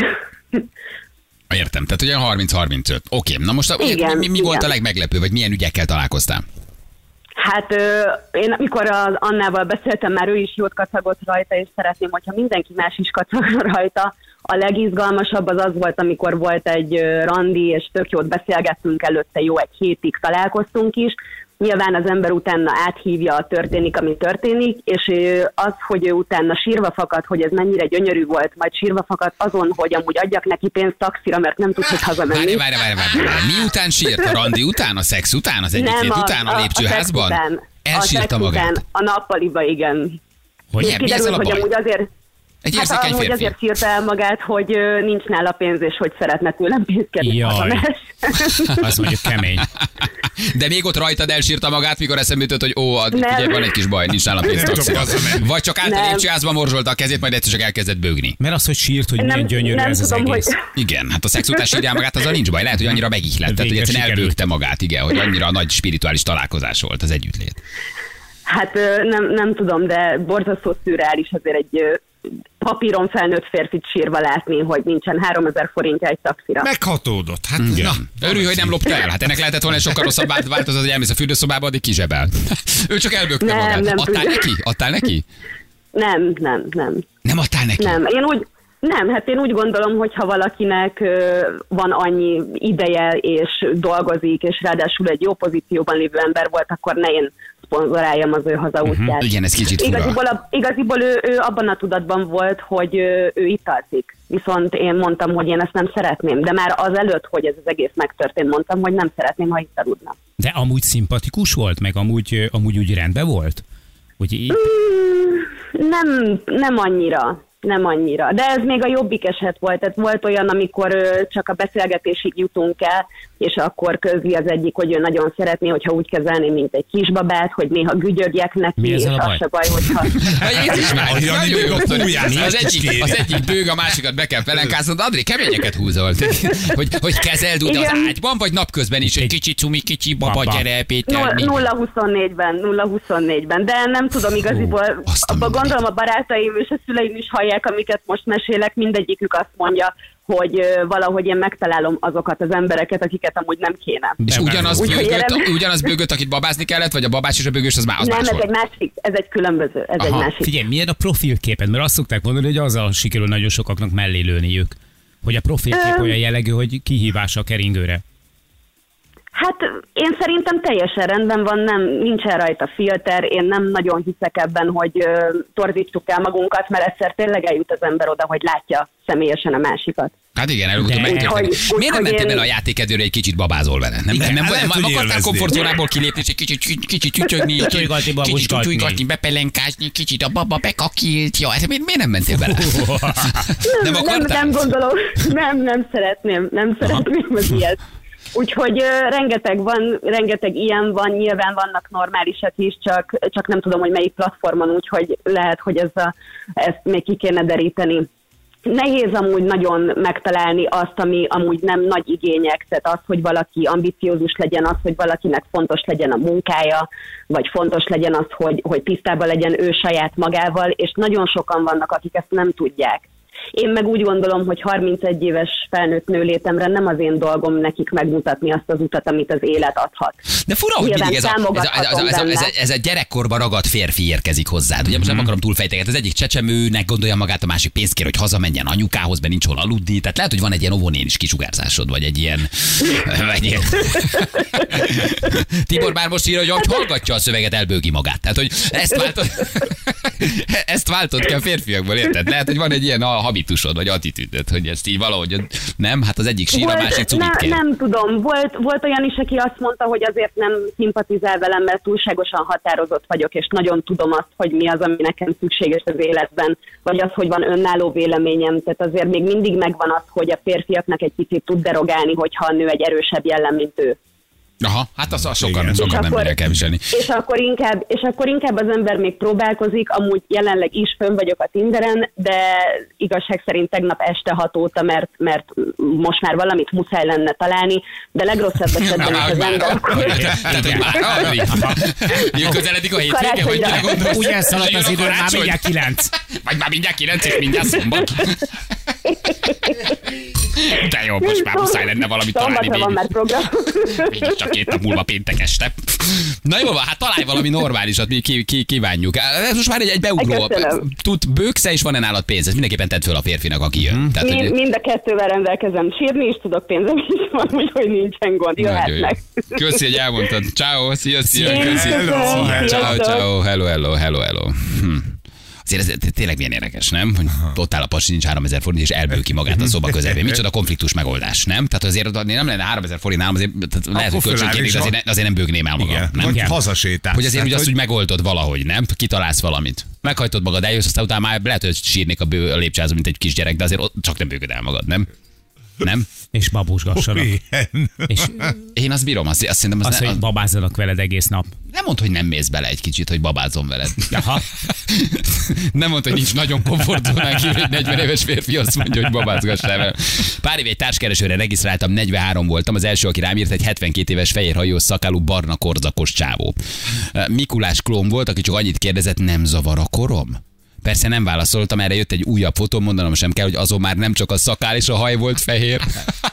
Értem, tehát ugye harminc-harmincöt. Oké, na most a, Igen, mi, mi igen. volt a legmeglepőbb, vagy milyen ügyekkel találkoztál? Hát ö, én amikor az Annával beszéltem, már ő is jót kacagott rajta, és szeretném, hogyha mindenki más is kacagna rajta, A legizgalmasabb az az volt, amikor volt egy ö, randi, és tök jót beszélgettünk előtte, jó, egy hétig találkoztunk is. Nyilván az ember utána áthívja, történik, ami történik, és ö, az, hogy ő utána sírva fakad, hogy ez mennyire gyönyörű volt, majd sírva fakad azon, hogy amúgy adjak neki pénzt taxira, mert nem tud, hogy hazamenni. Várj, várj, várj, várj. Mi után sírt? A randi után? A szex után? Az egyik hét után? A lépcsőházban? Elsírta magát? Után, a nappaliba, igen. Hogy mi, mi ez a hogy amúgy azért, egy hát érzékeny amúgy férfi. azért sírta el magát, hogy ö, nincs nála pénz, és hogy szeretne tőlem pénzt kérni. Jaj. Az mondjuk kemény. De még ott rajtad elsírta magát, mikor eszembe jutott, hogy ó, ad, Nem. ugye van egy kis baj, nincs nála pénz taxira. Vagy csak állt a Nem. lépcsőházba, morzsolta a kezét, majd egyszer csak elkezdett bőgni. Mert az, hogy sírt, hogy Nem- milyen gyönyörű nem ez az tudom, egész. hogy- Igen, hát a szex után sírja magát, azzal nincs baj. Lehet, hogy annyira megihlet, tehát hogy Végre egyszerűen sikerült. elbőgte magát, igen, hogy annyira nagy spirituális találkozás volt az együttlét. Hát ö, nem, nem tudom, de borzasztó szürreális azért egy ö, papíron felnőtt férfit sírva látni, hogy nincsen háromezer forintja egy taxira. Meghatódott. Hát Igen. na. Örülj, hogy nem lopta el. Hát ennek lehetett volna egy sokkal rosszabb vált- változat, hogy elmész a fürdőszobába, addig kizsebel. Ő csak elbökte Nem, magát. nem Adtál tudja. neki? Adtál neki? Nem, nem, nem. Nem adtál neki? Nem, én úgy, nem, hát én úgy gondolom, hogy ha valakinek ö, van annyi ideje, és dolgozik, és ráadásul egy jó pozícióban lévő ember volt, akkor ne én szponzoráljam az ő hazaútját. Igen, ez kicsit fura. Igaziból, a, igaziból ő, ő abban a tudatban volt, hogy ő, ő italszik. Viszont én mondtam, hogy én ezt nem szeretném. De már azelőtt, hogy ez az egész megtörtént, mondtam, hogy nem szeretném, ha itt aludna. De amúgy szimpatikus volt, meg amúgy, amúgy úgy rendben volt? Hogy így... Nem, nem annyira. Nem annyira. De ez még a jobbik eset volt. Tehát volt olyan, amikor ö, csak a beszélgetésig jutunk el, és akkor közli az egyik, hogy ő nagyon szeretné, hogyha úgy kezelné, mint egy kisbabát, hogy néha gügyögjek neki, Mi és ezzel a az baj? se baj, hogyha... Na, Jézus már, A Jani nagyon még jó a sztori. fúját az, is egyik, kérje. az egyik bőg, a másikat be kell pelenkáznod. Adri, keményeket húzol. Hogy, hogy kezeld úgy az Igen. ágyban, vagy napközben is, hogy kicsi cumi, kicsi baba, Baba. gyere, Péter. mi? nulla huszonnégyben, nulla huszonnégyben, de nem tudom igaziból, azt a abba mindenit. gondolom a barátaim és a szüleim is hallják, amiket most mesélek, mindegyikük azt mondja, hogy ö, valahogy én megtalálom azokat az embereket, akiket amúgy nem kéne. És Nem, ugyanaz Úgyhogy bőgött, erre- ugyanaz bőgött, akit babázni kellett, vagy a babás és a bőgős, az, má, az nem, más ez volt? egy másik, ez egy különböző, ez egy Aha. másik. Figyelj, milyen a profilképed? Mert azt szokták mondani, hogy azzal sikerül nagyon sokaknak mellé lőniük. Hogy a profilkép Ö- olyan jellegű, hogy kihívás a keringőre. Hát én szerintem teljesen rendben van, nem, nincsen rajta filter, én nem nagyon hiszek ebben, hogy ö, torzítsuk el magunkat, mert egyszer tényleg eljut az ember oda, hogy látja személyesen a másikat. Hát igen, előbb-utóbb De- megtörténik. Úgyhogy- Miért nem úgyhogy mentél én- bele a játékedőre, egy kicsit babázol vele? Nem, Igen, nem, nem, hát nem, lehet, nem hogy akartál élvezni. komfortzónából kilépni, és egy kicsit, kicsit csücsögni, Csücsögatni, kicsit babusgatni. csúlygatni, bepelenkázni, kicsit a baba bekakilt. Ja, hát miért, miért nem mentél bele? Nem nem, akartál? nem gondolom, nem, nem szeretném, nem szeretném az ilyet. Úgyhogy ö, rengeteg van, rengeteg ilyen van, nyilván vannak normálisak is, csak, csak nem tudom, hogy melyik platformon, úgyhogy lehet, hogy ez a, ezt még ki kéne deríteni. Nehéz amúgy nagyon megtalálni azt, ami amúgy nem nagy igények, tehát az, hogy valaki ambiciózus legyen, az, hogy valakinek fontos legyen a munkája, vagy fontos legyen az, hogy, hogy tisztában legyen ő saját magával, és nagyon sokan vannak, akik ezt nem tudják. Én meg úgy gondolom, hogy harmincegy éves felnőtt nőlétemre nem az én dolgom nekik megmutatni azt az utat, amit az élet adhat. De fura, hogy Nyilván mindig ez a, ez, a, ez, a, ez, a, ez, a, ez, a, benne. ez a gyerekkorban ragadt férfi érkezik hozzád. Ugye most nem akarom túlfejtegetni, az egyik csecsemőnek gondolja magát, a másik pénzt kér, hogy hazamenjen anyukához, mert nincs hol aludni. Tehát lehet, hogy van egy ilyen óvónénis kisugárzásod, vagy egy ilyen... Vagy ilyen. Tibor már most írja, hogy ahogy hallgatja a szöveget, elbőgi magát. Tehát, hogy ezt váltod, ezt váltod ki a férfiakból, érted? Lehet, hogy van egy ilyen a habitusod, vagy attitűdöd, hogy ezt így valahogy nem, hát az egyik sír, a másik cumit ne, kér. nem tudom, volt, volt olyan is, aki azt mondta, hogy azért nem szimpatizál velem, mert túlságosan határozott vagyok, és nagyon tudom azt, hogy mi az, ami nekem szükséges az életben, vagy az, hogy van önálló véleményem, tehát azért még mindig megvan az, hogy a férfiaknak egy picit tud derogálni, hogyha a nő egy erősebb jellem, mint ő. Aha, hát az, az sokan, Igen. sokan És nem akkor- bírják elviselni. És akkor, inkább, és akkor inkább az ember még próbálkozik, amúgy jelenleg is fönn vagyok a Tinderen, de igazság szerint tegnap este hat óta, mert, mert most már valamit muszáj lenne találni, de legrosszabb esetben is az ember... Tehát, hogy már, Adri, jön közeledik a hétvége, hogy mire gondolsz? Úgy elszaladt Jön az a idő, már karácsony? mindjárt kilenc. Vagy már mindjárt kilenc, és mindjárt szombat. De jó, most már muszáj lenne valamit találni. Szombatra van már program. Mégis csak két nap múlva péntek este. Na jó, van, hát találj valami normálisat, mi ki, ki, kívánjuk. Ez most már egy, egy beugró. Köszönöm. Tud, bőksze és van-e nálad pénz? Ezt mindenképpen tedd föl a férfinak, aki jön. Hmm. Tehát, Mind, hogy... mind a kettővel rendelkezem. Sírni is tudok, pénzem is van, úgyhogy nincsen gond. Jöhetnek. Köszi, hogy elmondtad. Ciao, szia, szia. Én Köszi. köszönöm, Ciao, sziasztok. ciao, hello, hello, hello, hello. Hm. Azért ez tényleg milyen érdekes, nem? Hogy totál a pasi nincs háromezer forint, és elbőki magát a szoba közepén. Micsoda konfliktus megoldás, nem? Tehát azért nem lenne háromezer forint nálam, azért tehát lehet, hogy költségkérnék, de azért, ne, azért nem bőgném el magam. Igen, Nem? vagy hazasétálsz. Hogy azért Tehát, úgy azt hogy- úgy megoldod valahogy, nem? Kitalálsz valamit. Meghajtod magad, eljössz, aztán utána már lehet, hogy sírnék a, bő, a lépcsázon, mint egy kisgyerek, de azért ott csak nem bőgöd el magad, nem? Nem? És babusgassanak. Igen. És Én azt bírom, azt, azt szerintem az az, ne, hogy babázzanak veled egész nap. nem mondd, hogy nem mész bele egy kicsit, hogy babázom veled. Aha. Nem mondta, hogy nincs nagyon komfortzónán kívül, egy negyven éves férfi azt mondja, hogy babázgassál vele. Pár éve egy társkeresőre regisztráltam, negyvenhárom voltam, az első, aki rám írt, egy hetvenkét éves fehérhajó szakálú barna korzakos csávó. Mikulás klón volt, aki csak annyit kérdezett, nem zavar a korom? Persze nem válaszoltam, erre jött egy újabb fotó, mondanom sem kell, hogy azon már nem csak a szakál és a haj volt fehér.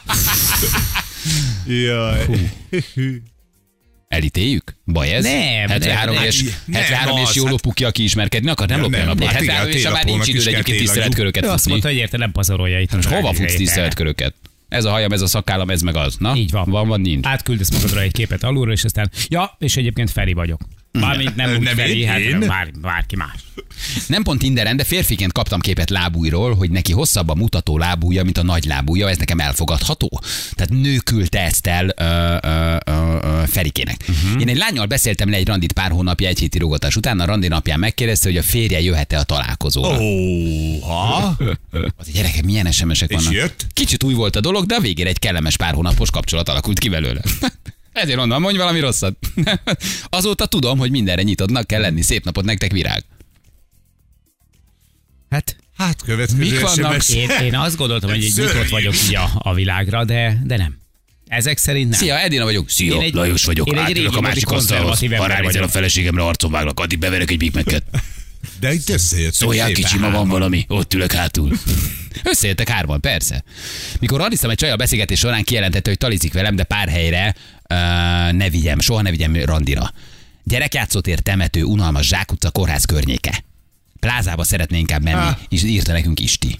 Jaj. Elítéljük? Baj ez? Nem, hetvenhárom nem, éves, nem, hetvenhárom nem éves az, jó hát- lopuk ki, aki ismerkedni akar, nem Nem, lopjon nem, a hát igen, hetvenhárom éves, már nincs télapónak időd is kell egyébként tényleg tiszteletköröket Ő azt futni. mondta, hogy érte nem pazarolja itt. Most hova futsz tiszteletköröket? Ez a hajam, ez a szakállam, ez meg az. Na? Így van. Van, van, nincs. Átküldesz magadra egy képet alulról, és aztán, ja, és egyébként Feri vagyok. Mármint nem úgy Nem Feri, én? hát Én? bár, bárki más. Nem pont Tinderen, de férfiként kaptam képet lábújról, hogy neki hosszabb a mutató lábúja, mint a nagy lábúja, ez nekem elfogadható. Tehát nő küldte ezt el ö, ö, ö, ö, Ferikének. Uh-huh. Én egy lánnyal beszéltem le egy randit pár hónapja, egy héti rúgatás után, a randi napján megkérdezte, hogy a férje jöhet-e a találkozóra. Óha. Az gyerekek, milyen es em esek És vannak. jött? Kicsit új volt a dolog, de a végére egy kellemes pár hónapos kapcsolat alakult ki belőle. Ezért mondom, mondj valami rosszat. Azóta tudom, hogy mindenre nyitottnak kell lenni. Szép napot nektek, virág. Hát Hát következő Mik vannak? es em es. én, én azt gondoltam, hogy egy Szörnyű. nyitott vagyok így a, a világra, de, de nem. Ezek szerint nem. Szia, Edina vagyok. Szia, Én egy- Lajos vagyok. én egy Átülök régi a másik modi asztalhoz. konzervatív Ha ember ránézel a vagyok. feleségemre, arcom váglak, addig beverek egy Big Mac-et. De itt összejöttünk. Szólják, szépen kicsi, ma van hárman. valami. Ott ülök hátul. Összejöttek hárman, persze. Mikor randiztam egy csaj a beszélgetés során, kijelentette, hogy talizik velem, de pár helyre uh, ne vigyem, soha ne vigyem randira. Gyerekjátszótér, temető, unalmas zsákutca, kórház környéke. Plázába szeretné inkább menni, Ah. és írta nekünk Isti.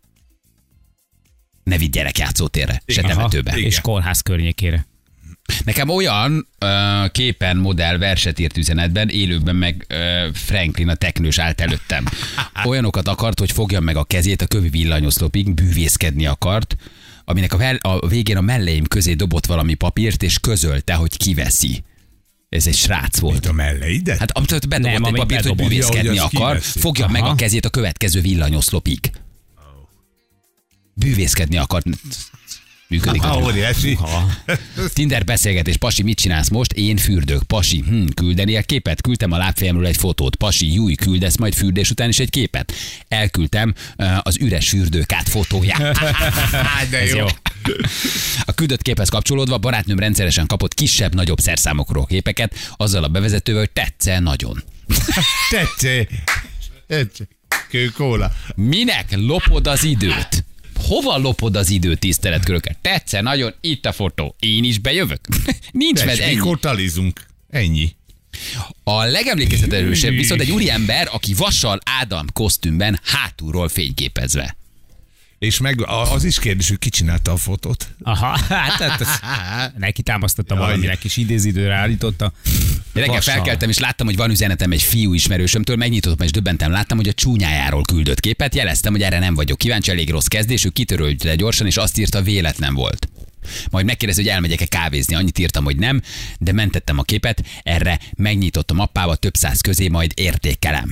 Ne vigy gyerekjátszótérre, se Igen. temetőbe. Aha. És kórház környékére. Nekem olyan uh, képen, modell, verset írt üzenetben, élőben meg uh, Franklin a teknős állt előttem. Olyanokat akart, hogy fogjam meg a kezét a kövi villanyoszlopig, bűvészkedni akart, aminek a, vel- a végén a melleim közé dobott valami papírt, és közölte, hogy kiveszi. Ez egy srác volt. Itt a melleidet? Hát amit bedobott Nem, egy amit papírt, hogy bedobott. bűvészkedni Ja, hogy azt akar, kiveszi. fogja meg Aha. a kezét a következő villanyoszlopig. Bűvészkedni akart. Működik a Ah, dolog. óriási. Tinder beszélgetés, Pasi, mit csinálsz most? Én fürdök. Pasi, hm, küldeni egy képet? Küldtem a lábfejemről egy fotót. Pasi, júj, küldesz majd fürdés után is egy képet? Elküldtem uh, az üres fürdőkát fotóját. De Ez jó. jó. A küldött képhez kapcsolódva barátnőm rendszeresen kapott kisebb-nagyobb szerszámokról képeket, azzal a bevezetővel, hogy tetszene nagyon. Tetszik. Tetszik. Kőkóla. Minek lopod az időt? Hova lopod az időt, tiszteletköröket? Tetszen nagyon, itt a fotó. Én is bejövök. Nincs med, És ennyi. mikor talizunk? Ennyi. A legemlékezetesebb viszont egy úriember, aki Vassal Ádám kosztümben hátulról fényképezve. És meg a- az is kérdés, hogy ki csinálta a fotót. Aha, hát, hát ez, neki támasztotta valaminek, és idézidőre állította. Reggel Vassal. felkeltem, és láttam, hogy van üzenetem egy fiú ismerősömtől, megnyitottam, és döbbentem, láttam, hogy a csúnyájáról küldött képet, jeleztem, hogy erre nem vagyok kíváncsi, elég rossz kezdés, ő kitörölt le gyorsan, és azt írta, véletlen volt. Majd megkérdezi, hogy elmegyek-e kávézni, annyit írtam, hogy nem, de mentettem a képet, erre megnyitottam appába, több száz közé, majd értékelem.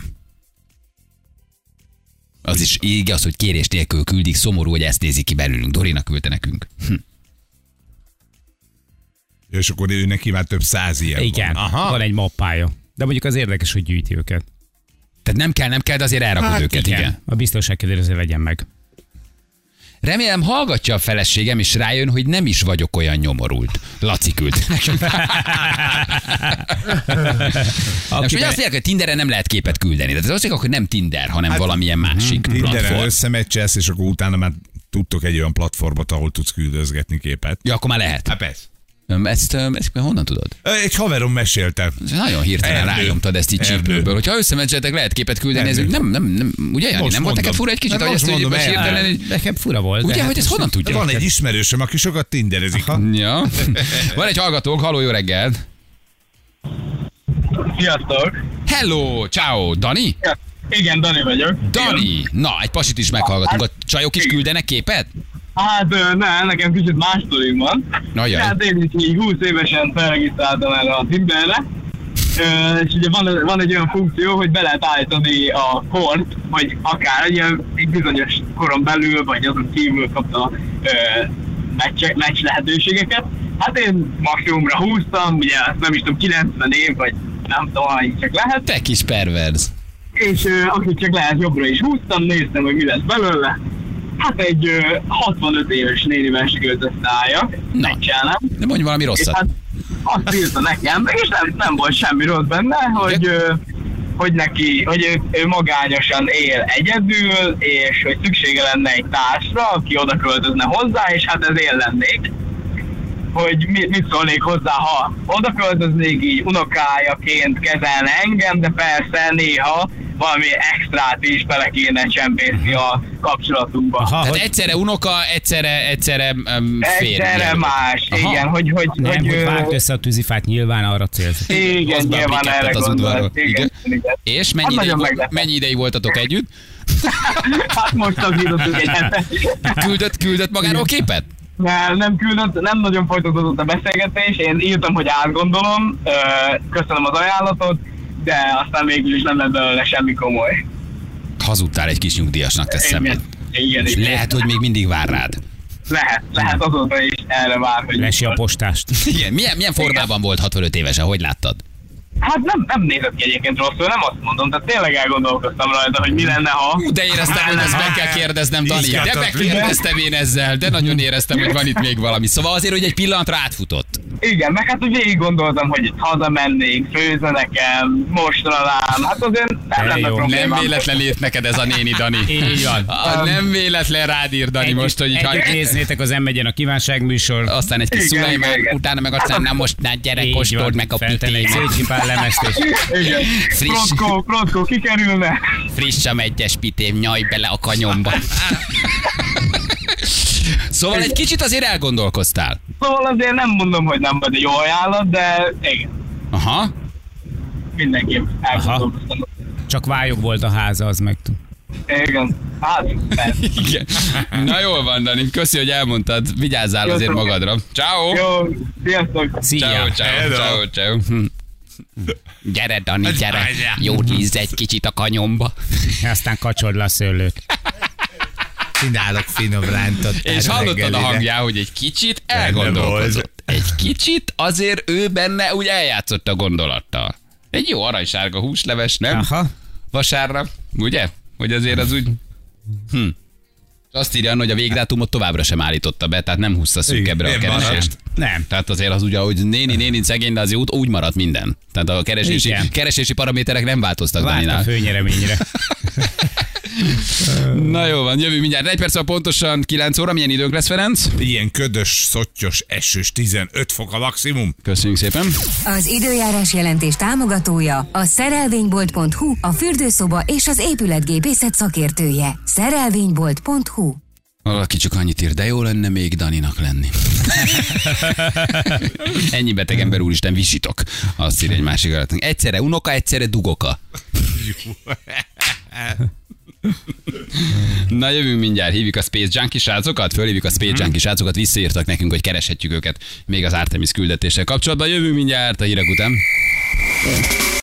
Az is igaz, hogy kérés nélkül küldik, szomorú, hogy ezt nézi ki belőlünk. Dorina küldte nekünk. Hm. És akkor ő neki már több száz ilyen Igen, van. Aha. van egy mappája. De mondjuk az érdekes, hogy gyűjti őket. Tehát nem kell, nem kell, de azért elrakod Hát őket, igen. igen. A biztonság kedvéért azért vegyen meg. Remélem hallgatja a feleségem, és rájön, hogy nem is vagyok olyan nyomorult. Laci küld. Most ugye azt mondják, hogy Tinderen nem lehet képet küldeni. Tehát ez azt mondják, hogy nem Tinder, hanem hát, valamilyen másik Tinderen platform. összemecselsz, és akkor utána már tudtok egy olyan platformot, ahol tudsz küldözgetni képet. Ja, akkor már lehet. Hát persze. Ezt, ezt honnan tudod? Egy haverom mesélte. Nagyon hirtelen Erdő. rányomtad ezt így csípőből. Hogyha összemeccseltek, lehet képet küldeni, ez úgy nem, nem, nem, ugye Jani, nem volt neked fura egy kicsit, Hát hogy ezt most így mondom, hirtelen, így- Nekem fura volt. ugye, de hogy hát ezt honnan tudja? Van egy ismerősöm, aki sokat tinderezik. Ja. Van egy hallgatónk, halló, jó reggelt. Sziasztok! Hello, ciao, Dani? Ja, igen, Dani vagyok. Dani, na, egy pasit is meghallgatunk. A csajok is küldenek képet? Hát ö, ne, nekem kicsit más sztorim van. Ajaj. Hát én is így húsz évesen felregisztráltam erre a Tinderre. Ö, és ugye van, van egy olyan funkció, hogy be lehet állítani a kort, hogy akár egy, ilyen- egy bizonyos koron belül, vagy azon kívül kapta ö, meccs, meccs lehetőségeket. Hát én maximumra húztam, ugye nem is tudom, kilencven év, vagy nem tudom, hogy csak lehet. Te kis perverz. És ö, akit csak lehet jobbra is húztam, néztem, hogy mi lesz belőle. Hát egy ö, hatvanöt éves nénivel sikerült összeálljak, Na. megcsinálnám. De mondj valami És rosszat. hát azt írta nekem, és nem, nem volt semmi rossz benne, hogy, ö, hogy neki, hogy ő, ő magányosan él egyedül, és hogy szüksége lenne egy társra, aki oda költözne hozzá, és hát ez én lennék. Hogy mit, mit szólnék hozzá, ha oda költöznék, így unokájaként kezelne engem, de persze néha valami extrát is bele kéne csempészni a kapcsolatunkba. Aha, Tehát hogy egyszerre unoka, egyszerre, egyszerre um, férj. Egyszerre más, Aha. igen, hogy... hogy, nem, hogy ö, vágd össze a tűzifát, nyilván arra célsz. igen, Hozd be a nyilván brikettet erre az udvarról. gondolt. Igen, Igen. igen. És Hát mennyi, ideig, nagyon vo- meglepett. mennyi ideig voltatok együtt? Hát most szakítottuk egy hetet. Küldött, küldött magáról képet? Nem, nem küldött, nem nagyon folytatódott a beszélgetés, én írtam, hogy átgondolom, ö, köszönöm az ajánlatot, de aztán végül is nem lett belőle semmi komoly. Hazudtál egy kis nyugdíjasnak, teszem. Igen, igen, És igen. lehet, hogy még mindig vár rád. Lehet, lehet azóta is erre vár, hogy... Lesi a postást. Igen, milyen, milyen formában volt hatvanöt évesen, hogy láttad? Hát nem, nem nézett ki egyébként rosszul, nem azt mondom, tehát tényleg elgondolkoztam rajta, hogy mi lenne, ha... Ú, de éreztem, hogy ezt meg kell kérdeznem, Dani. De megkérdeztem én ezzel, de nagyon éreztem, hogy van itt még valami. Szóval azért, hogy egy pillanatra átfutott. Igen, meg hát úgy végig gondoltam, hogy hazamennék, főzne nekem, mostanában, hát azért nem lenne jó, problémám. Nem véletlen írt neked ez a néni, Dani. Így van. Ah, nem véletlen rád ír, Dani, most, hogy így Együtt ha... néznétek az em egyen a kívánságműsor. Aztán egy kis Igen, Szulajmán, igen, igen. utána meg aztán nem most már gyerek, Így kóstold van, meg a feltenni egy pitémet. Szécsi Pál lemezt, és Igen, Friss. Protkó, Protkó kikerülne. Friss a megyes pitém, nyaj bele a kanyomba. Szóval egy kicsit azért elgondolkoztál. Szóval azért nem mondom, hogy nem vagy egy jó ajánlat, de igen, Aha. mindenképp elgondolkoztam. csak vályog volt a háza, az meg tud. Igen, hát persze. Igen. Na jól van, Dani, köszi, hogy elmondtad. Vigyázzál azért Sziasztok. magadra. Ciao. Jó, sziasztok! Szia! Ciao, ciao, ciao, ciao. Hm. Gyere, Dani, gyere. Jó íz egy kicsit a kanyomba. Aztán kacsold le a szőlőt. Csinálok finom rántott. És hallottad a hangjá, hogy egy kicsit elgondolkozott. Egy kicsit azért ő benne úgy eljátszott a gondolattal. Egy jó aranysárga húsleves, nem? Aha. Vasárnap, ugye? Hogy azért az úgy... Hm. Azt írja, hogy a végdátumot továbbra sem állította be, tehát nem húzta szűkebbre a Igen, keresést. maradt. Nem. Tehát azért az ugye, hogy néni, néni, szegény, de azért úgy maradt minden. Tehát a keresési, Igen. keresési paraméterek nem változtak Várt a Daninál. főnyereményre. Na jó van, jövő mindjárt. Egy perc, pontosan kilenc óra. Milyen időnk lesz, Ferenc? Ilyen ködös, szottyos, esős, tizenöt fok a maximum. Köszönjük szépen. Az időjárás jelentés támogatója a szerelvénybolt pont hu, a fürdőszoba és az épületgépészet szakértője. szerelvénybolt pont hu. Valaki csak annyit ír, de jó lenne még Daninak lenni. Ennyi beteg ember, úristen, visítok. Azt ír egy másik alatt. Egyszerre unoka, egyszerre dugoka. Na jövünk mindjárt, hívjuk a Space Junkie srácokat, fölhívjuk a Space Junkie srácokat, visszaírtak nekünk, hogy kereshetjük őket még az Artemis küldetéssel kapcsolatban. Jövünk mindjárt a hírek után.